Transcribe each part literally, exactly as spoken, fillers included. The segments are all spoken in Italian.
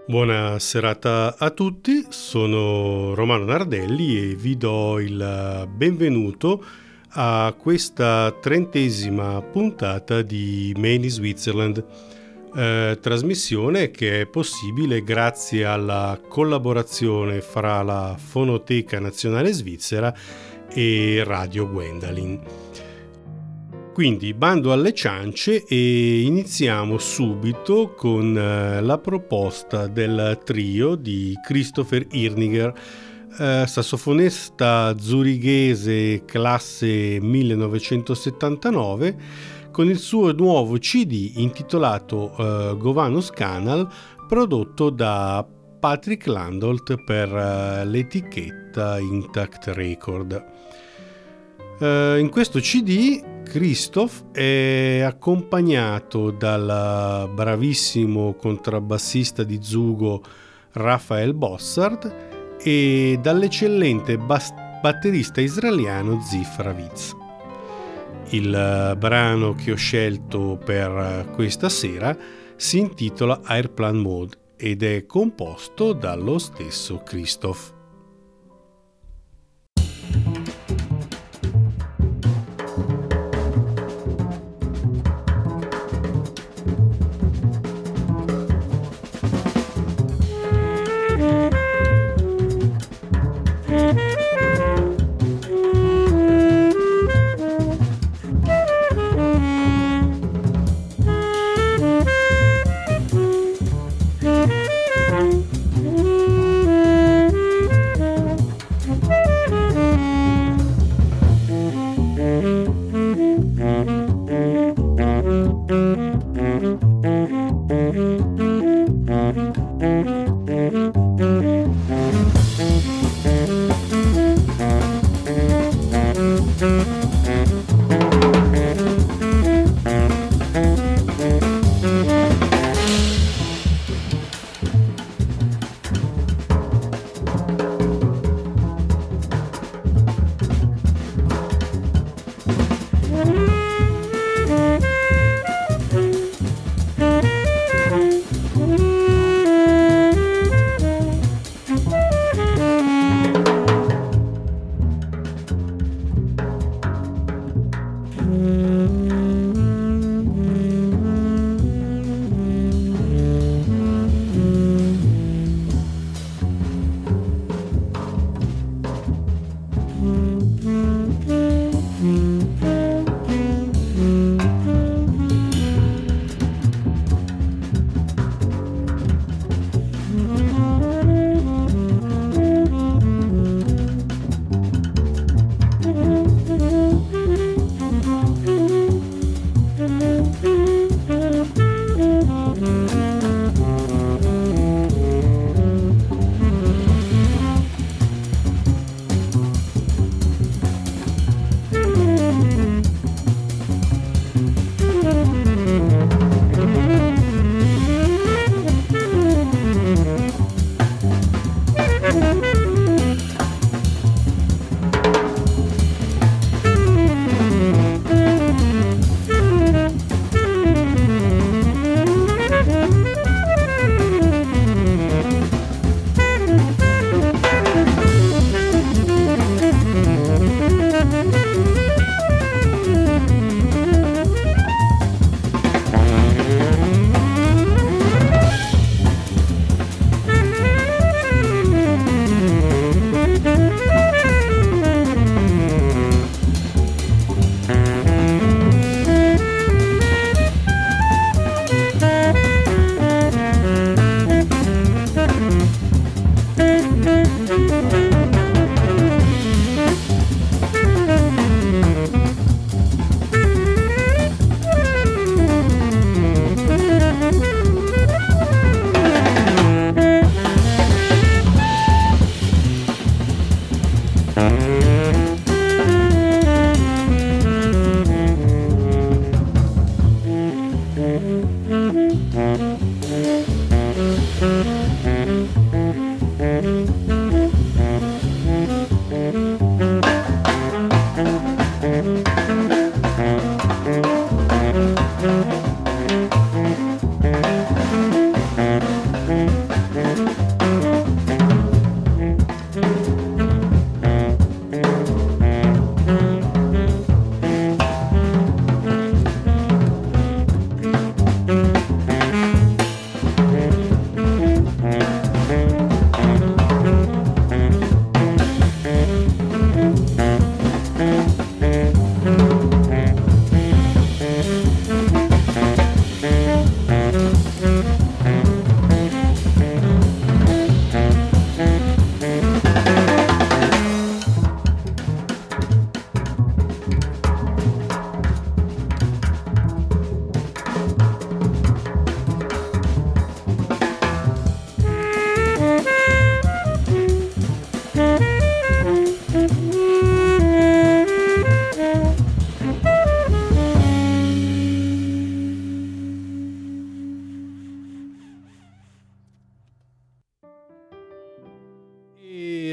Buona serata a tutti, sono Romano Nardelli e vi do il benvenuto a questa trentesima puntata di Made in Switzerland, eh, trasmissione che è possibile grazie alla collaborazione fra la Fonoteca Nazionale Svizzera e Radio Gwendalin. Quindi bando alle ciance e iniziamo subito con eh, la proposta del trio di Christopher Irniger, eh, sassofonista zurighese classe millenovecentosettantanove, con il suo nuovo C D intitolato eh, Govanus Canal, prodotto da Patrick Landolt per eh, l'etichetta Intact Record. Uh, in questo C D Christoph è accompagnato dal bravissimo contrabbassista di Zugo Raphael Bossard e dall'eccellente bas- batterista israeliano Zif Ravitz. Il brano che ho scelto per questa sera si intitola Airplane Mode ed è composto dallo stesso Christoph.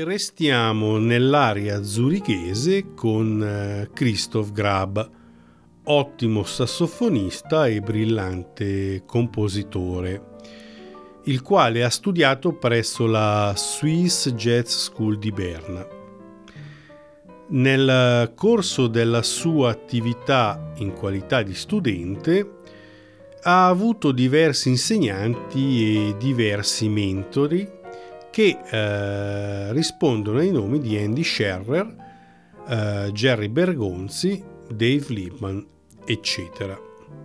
E restiamo nell'area zurichese con eh, Christoph Grab, ottimo sassofonista e brillante compositore, il quale ha studiato presso la Swiss Jazz School di Berna. Nel corso della sua attività in qualità di studente ha avuto diversi insegnanti e diversi mentori che eh, rispondono ai nomi di Andy Scherrer, eh, Jerry Bergonzi, Dave Liebman, eccetera.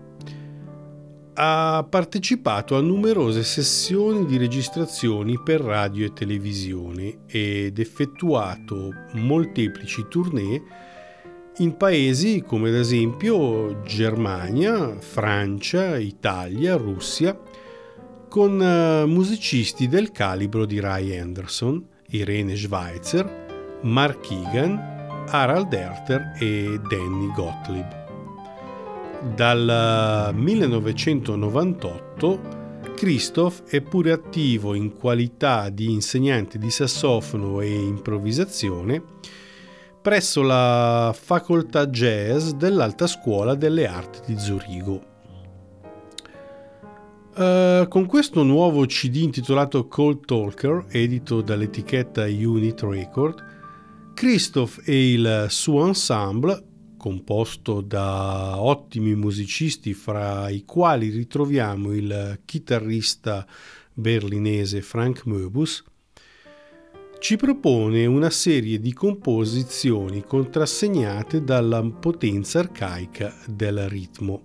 Ha partecipato a numerose sessioni di registrazioni per radio e televisione ed effettuato molteplici tournée in paesi come ad esempio Germania, Francia, Italia, Russia, con uh, musicisti del calibro di Ray Anderson, Irene Schweitzer, Mark Egan, Harald Erter e Danny Gottlieb. Dal millenovecentonovantotto Christoph è pure attivo in qualità di insegnante di sassofono e improvvisazione presso la facoltà jazz dell'Alta Scuola delle Arti di Zurigo. Uh, con questo nuovo C D intitolato Cold Talker, edito dall'etichetta Unit Record, Christoph e il suo ensemble, composto da ottimi musicisti fra i quali ritroviamo il chitarrista berlinese Frank Möbus, ci propone una serie di composizioni contrassegnate dalla potenza arcaica del ritmo.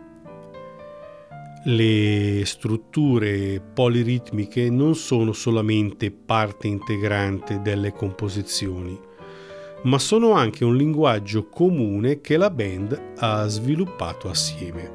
Le strutture poliritmiche non sono solamente parte integrante delle composizioni, ma sono anche un linguaggio comune che la band ha sviluppato assieme.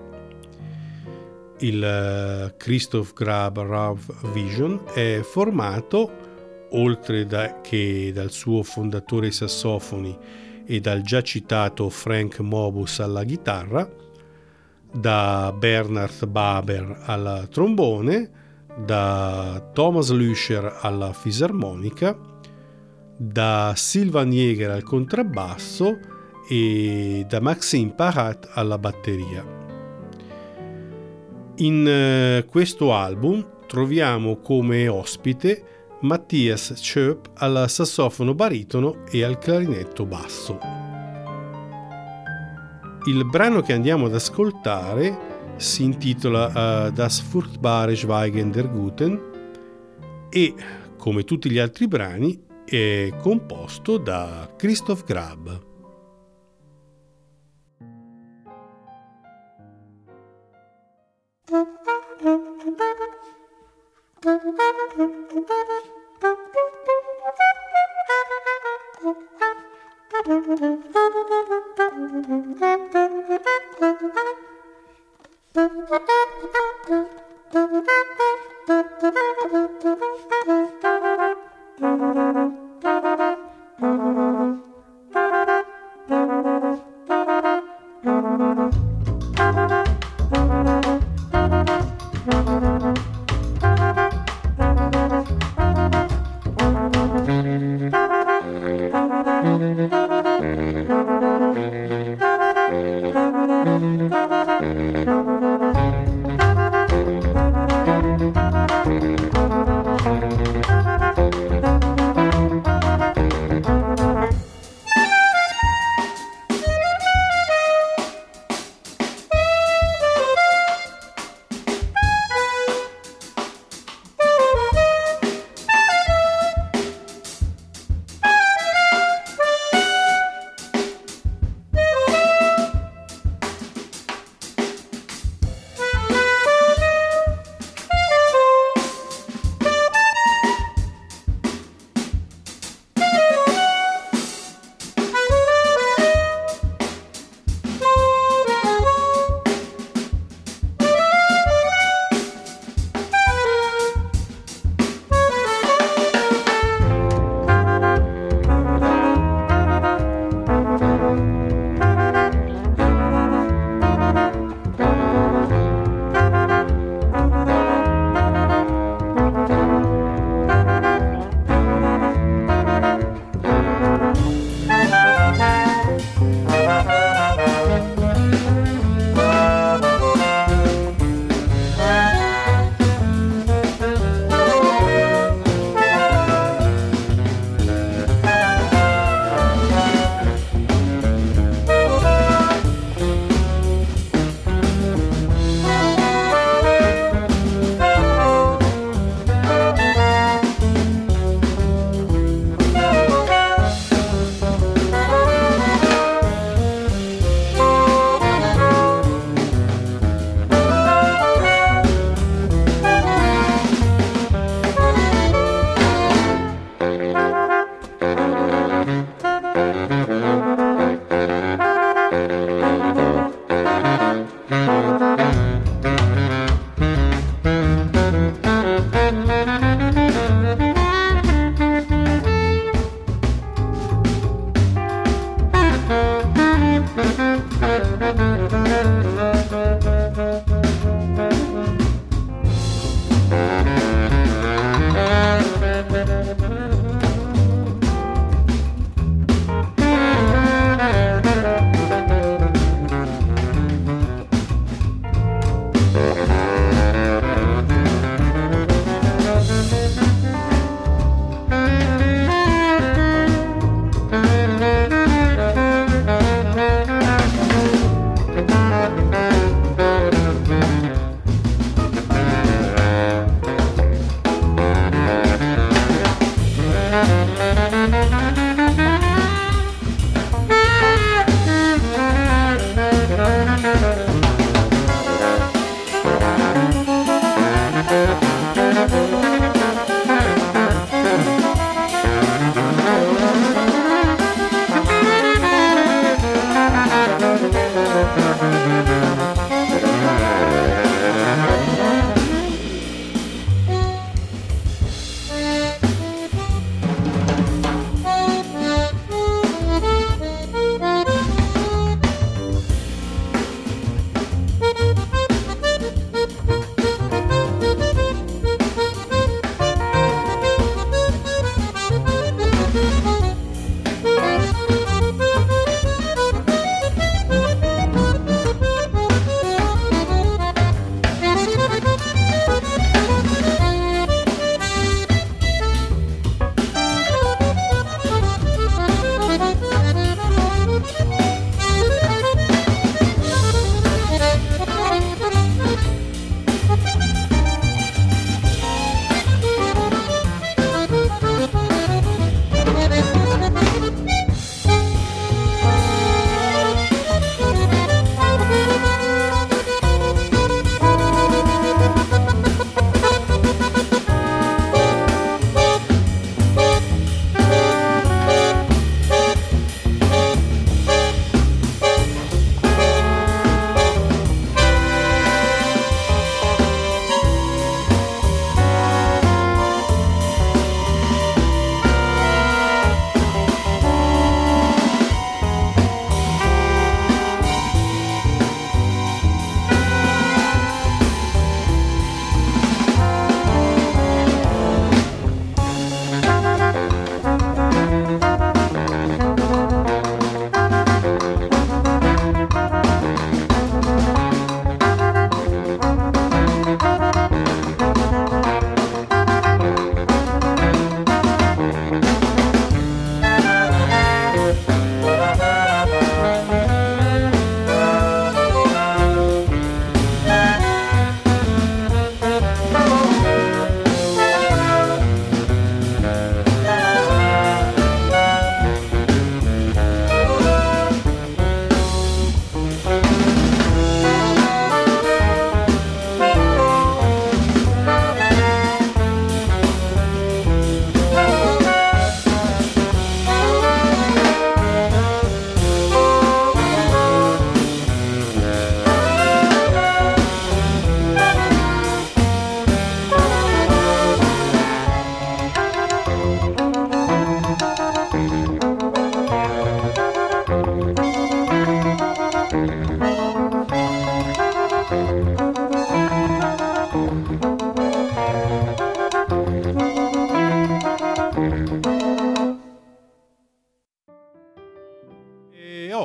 Il Christoph Grab Raw Vision è formato, oltre da, che dal suo fondatore ai sassofoni e dal già citato Frank Möbus alla chitarra, da Bernhard Baber al trombone, da Thomas Lüscher alla fisarmonica, da Sylvan Jäger al contrabbasso e da Maxime Parat alla batteria. In questo album troviamo come ospite Matthias Schoep al sassofono baritono e al clarinetto basso. Il brano che andiamo ad ascoltare si intitola uh, Das furchtbare Schweigen der Guten e, come tutti gli altri brani, è composto da Christoph Grab. Thank you.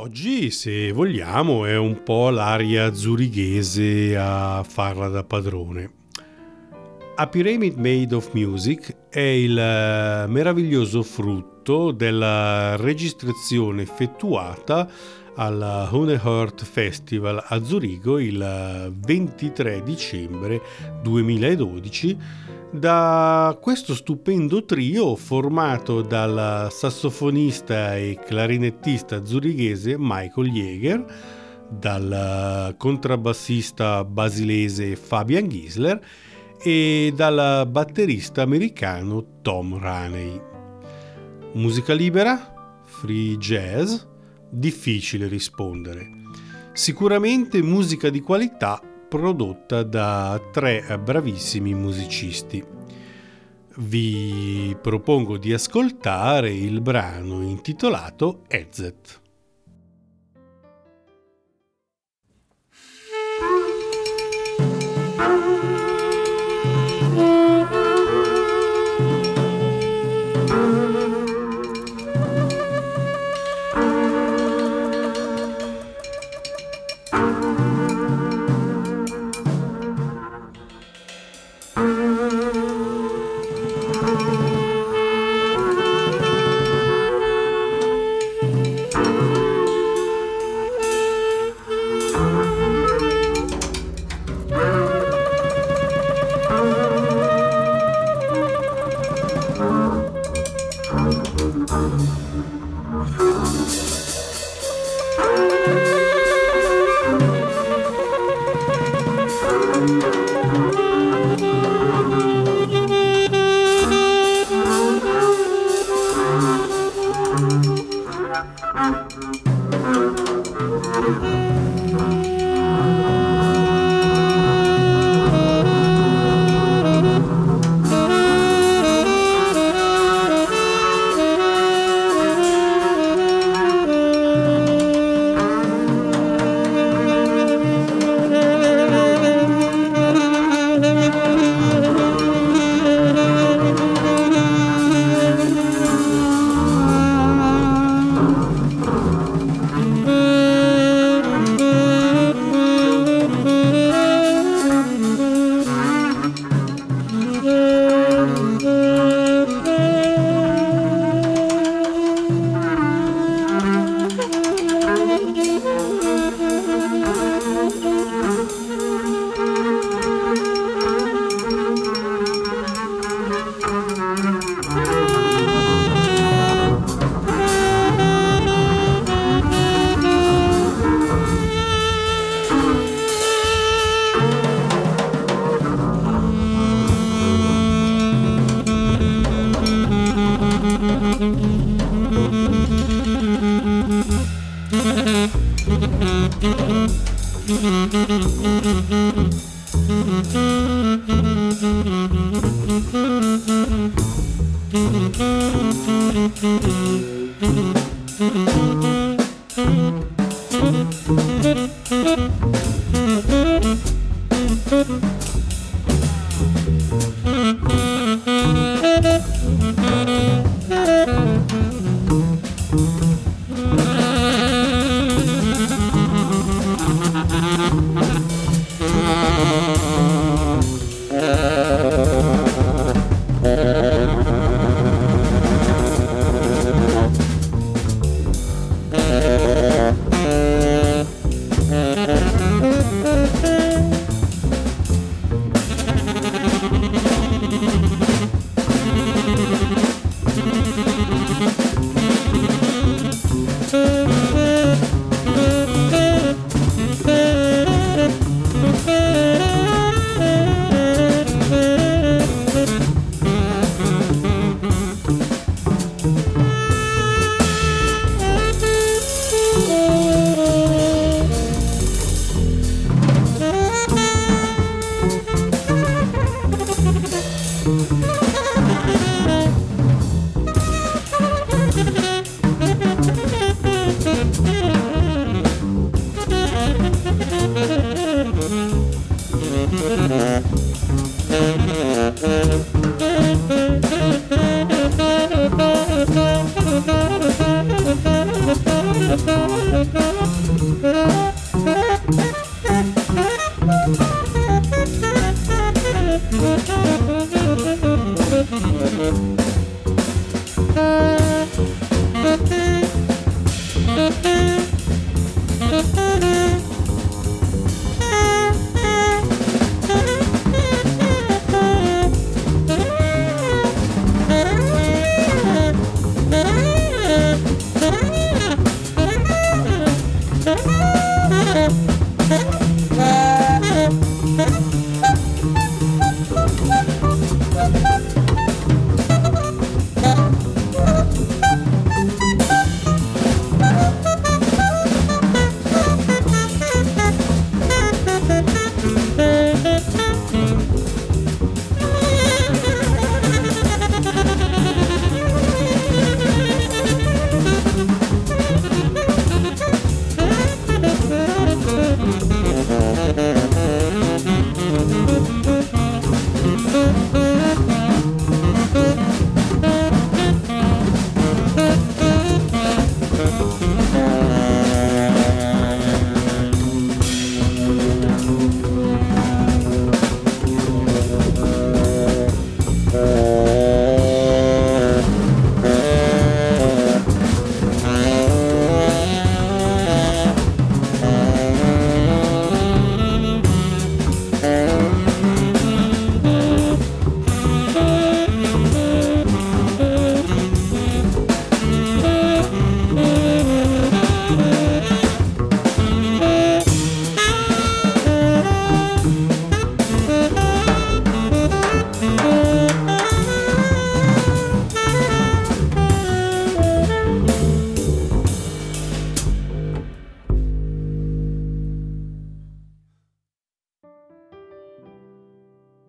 Oggi, se vogliamo, è un po' l'aria zurighese a farla da padrone. A Pyramid Made of Music è il meraviglioso frutto della registrazione effettuata al Hunehurt Festival a Zurigo il ventitré dicembre duemiladodici da questo stupendo trio formato dal sassofonista e clarinettista zurighese Michael Jäger, dal contrabbassista basilese Fabian Gisler e dal batterista americano Tom Raney. Musica libera? Free jazz? Difficile rispondere. Sicuramente musica di qualità prodotta da tre bravissimi musicisti. Vi propongo di ascoltare il brano intitolato Ezzet.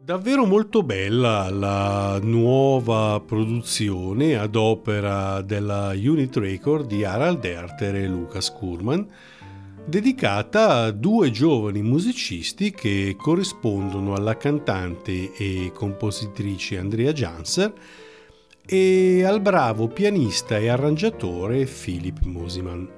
Davvero molto bella la nuova produzione ad opera della Unit Record di Harald Erter e Lucas Kurman, dedicata a due giovani musicisti che corrispondono alla cantante e compositrice Andrea Janser e al bravo pianista e arrangiatore Philip Mosimann.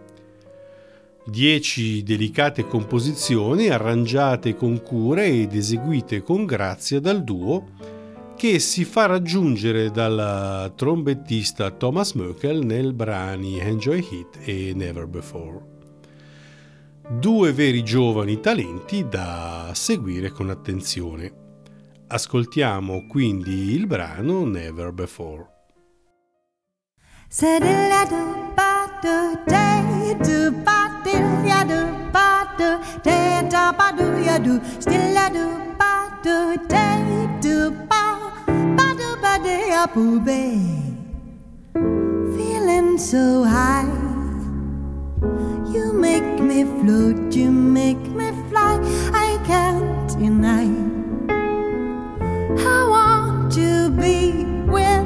Dieci delicate composizioni arrangiate con cura ed eseguite con grazia dal duo che si fa raggiungere dal trombettista Thomas Mökel nel brani Enjoy It e Never Before. Due veri giovani talenti da seguire con attenzione. Ascoltiamo quindi il brano Never Before. Feeling so high, you make me float, you make me fly. I can't deny. I want to be with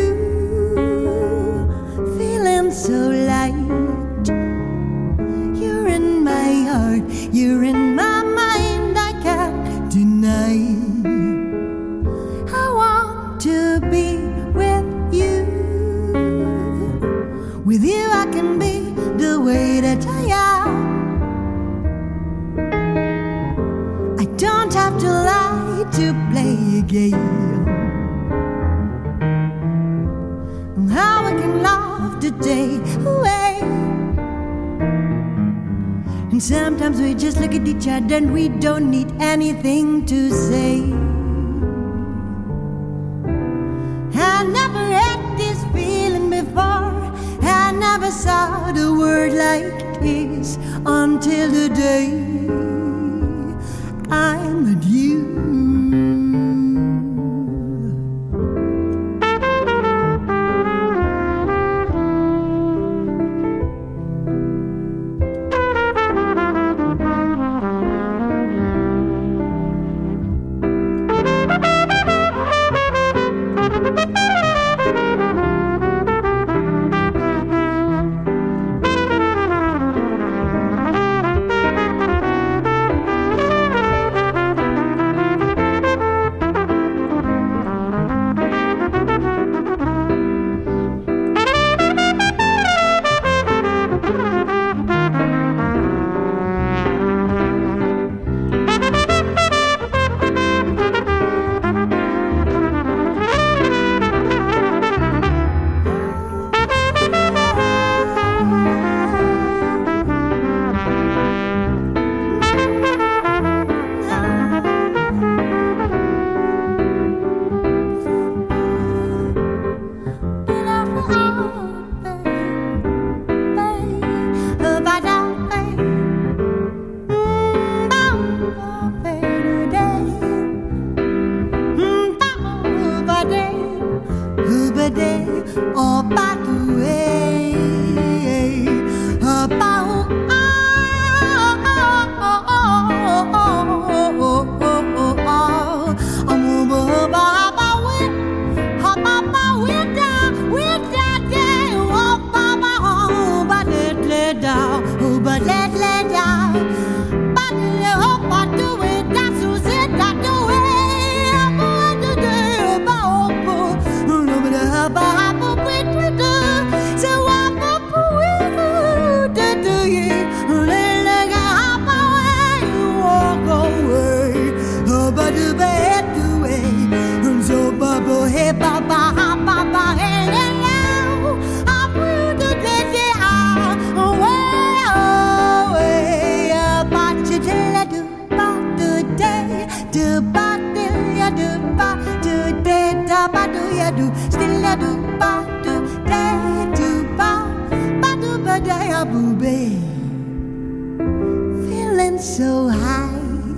you, feeling so light. You're in my heart, you're in my mind. I can't deny. I want to be with you. With you I can be the way that I am. I don't have to lie to play a game. How we can laugh the day away. And sometimes we just look at each other and we don't need anything to say. I never had this feeling before. I never saw the word like this until the day I met you. Feeling so high,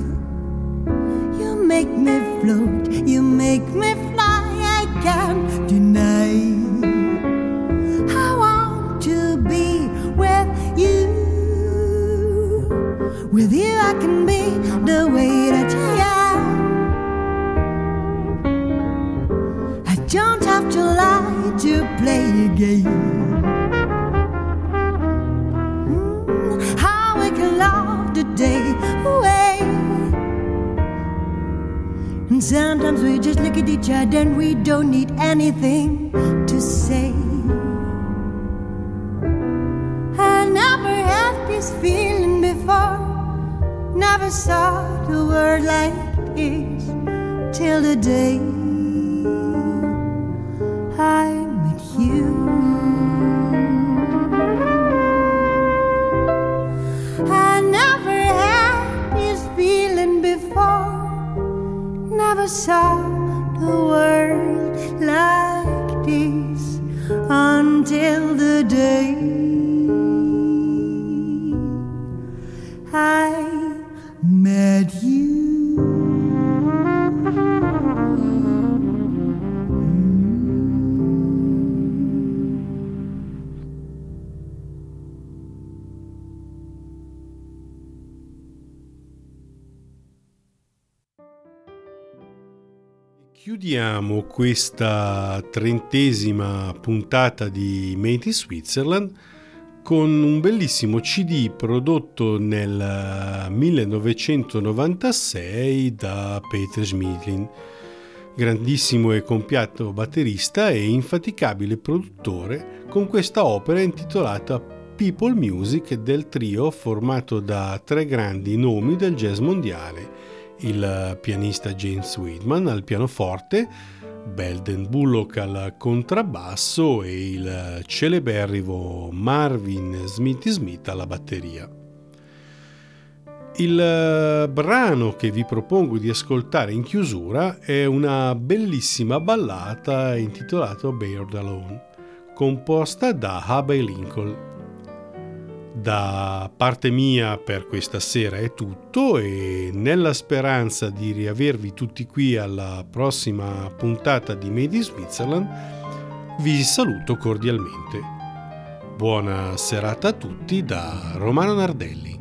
you make me float, you make me fly. I can't deny. I want to be with you. With you I can be the way that I am. don't have to lie to play a game. Mm, how we can love the day away. And sometimes we just look at each other and we don't need anything to say. I never had this feeling before, never saw the world like this, till the day I met you. I never had this feeling before, never saw the world like this, until the day I met you. Chiudiamo questa trentesima puntata di Made in Switzerland con un bellissimo C D prodotto nel millenovecentonovantasei da Peter Schmidlin, grandissimo e compiatto batterista e infaticabile produttore, con questa opera intitolata People Music del trio formato da tre grandi nomi del jazz mondiale: il pianista James Widman al pianoforte, Belden Bullock al contrabbasso e il celeberrimo Marvin Smithy Smith alla batteria. Il brano che vi propongo di ascoltare in chiusura è una bellissima ballata intitolata Bird Alone, composta da Abbey Lincoln. Da parte mia per questa sera è tutto, e nella speranza di riavervi tutti qui alla prossima puntata di Made in Switzerland vi saluto cordialmente. Buona serata a tutti da Romano Nardelli.